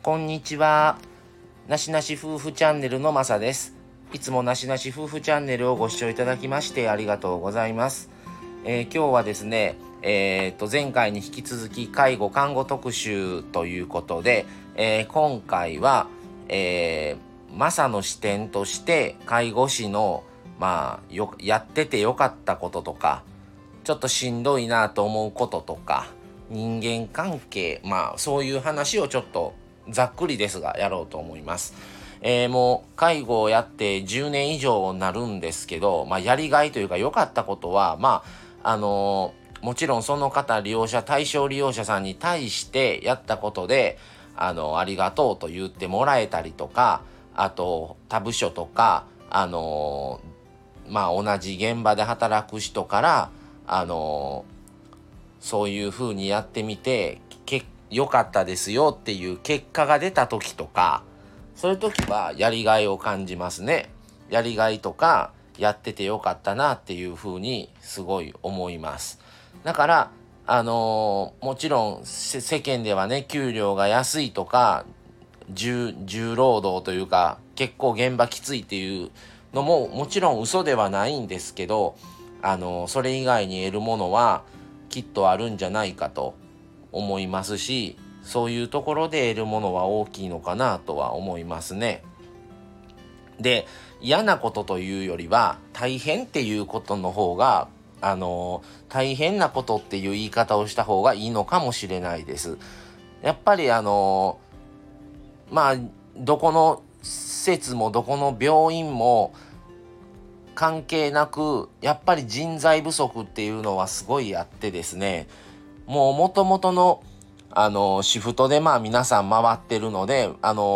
こんにちは。なしなし夫婦チャンネルのまさです。いつもなしなし夫婦チャンネルをご視聴いただきましてありがとうございます。今日はですね、前回に引き続き介護看護特集ということで、今回は、マサの視点として介護士のやっててよかったこととか、ちょっとしんどいなと思うこととか、人間関係、そういう話をちょっとざっくりですがやろうと思います。もう介護をやって10年以上になるんですけど、やりがいというか良かったことは、もちろんその方対象利用者さんに対してやったことで、ありがとうと言ってもらえたりとか、あと他部署とか、同じ現場で働く人から、そういう風にやってみて良かったですよっていう結果が出た時とか、そういう時はやりがいを感じますね。やりがいとかやっててよかったなっていう風にすごい思います。だからもちろん世間ではね、給料が安いとか重労働というか結構現場きついっていうのももちろん嘘ではないんですけど、それ以外に得るものはきっとあるんじゃないかと思いますし、そういうところで得るものは大きいのかなとは思いますね。で、嫌なことというよりは大変っていうことの方が大変なことっていう言い方をした方がいいのかもしれないです。やっぱりどこの施設もどこの病院も関係なくやっぱり人材不足っていうのはすごいあってですね、もう元々のシフトで皆さん回ってるので、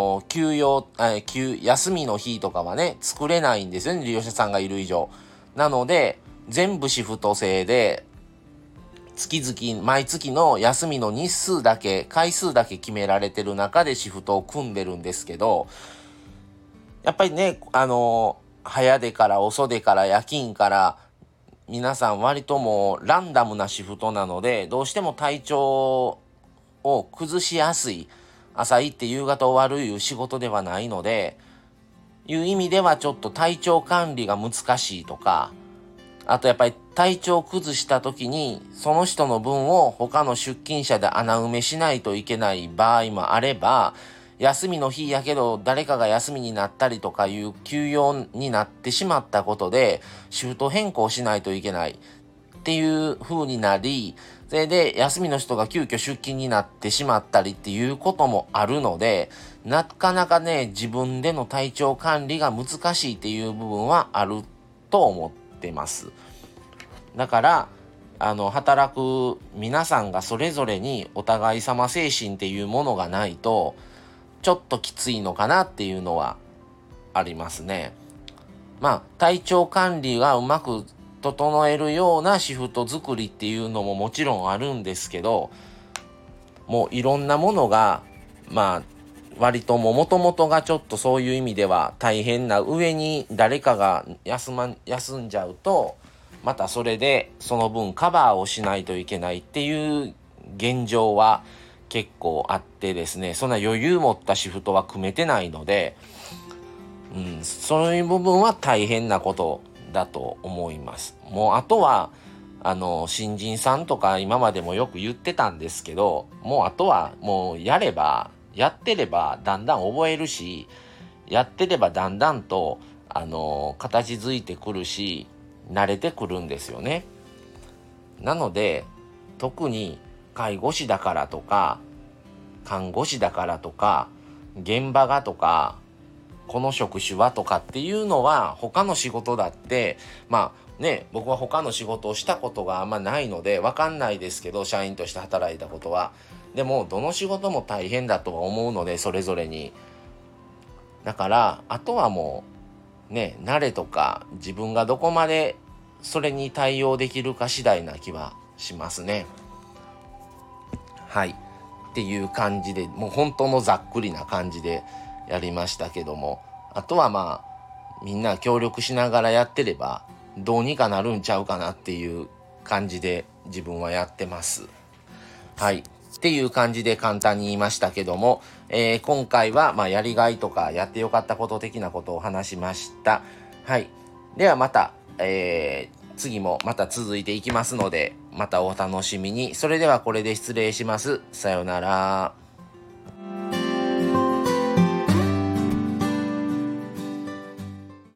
休みの日とかはね作れないんですよね、利用者さんがいる以上。なので全部シフト制で毎月の休みの回数だけ決められてる中でシフトを組んでるんですけど、やっぱりね、早出から遅出から夜勤から皆さん割ともうランダムなシフトなので、どうしても体調を崩しやすい、朝行って夕方終わるいう仕事ではないので、いう意味ではちょっと体調管理が難しいとか、あとやっぱり体調崩した時にその人の分を他の出勤者で穴埋めしないといけない場合もあれば、休みの日やけど誰かが休みになったりとかいう休養になってしまったことでシフト変更しないといけないっていう風になり、それで休みの人が急遽出勤になってしまったりっていうこともあるので、なかなかね自分での体調管理が難しいっていう部分はあると思ってます。だから働く皆さんがそれぞれにお互い様精神っていうものがないとちょっときついのかなっていうのはありますね。体調管理がうまく整えるようなシフト作りっていうのももちろんあるんですけど、もういろんなものが割ともともとがちょっとそういう意味では大変な上に誰かが休んじゃうと、またそれでその分カバーをしないといけないっていう現状は結構あってですね、そんな余裕持ったシフトは組めてないので、そういう部分は大変なことだと思います。もうあとは新人さんとか今までもよく言ってたんですけど、もうあとはもうやってればだんだん覚えるし、やってればだんだんと形づいてくるし慣れてくるんですよね。なので特に介護士だからとか看護師だからとか現場がとかこの職種はとかっていうのは他の仕事だって僕は他の仕事をしたことがあんまないので分かんないですけど、社員として働いたことは。でもどの仕事も大変だとは思うので、それぞれに。だからあとはもうね、慣れとか自分がどこまでそれに対応できるか次第な気はしますね。はい、っていう感じで、もう本当のざっくりな感じでやりましたけども、あとはみんな協力しながらやってればどうにかなるんちゃうかなっていう感じで自分はやってます。はい。っっていう感じで簡単に言いましたけども、今回はやりがいとかやってよかったこと的なことを話しました。はい。ではまた、次もまた続いていきますので、またお楽しみに。それではこれで失礼します。さようなら。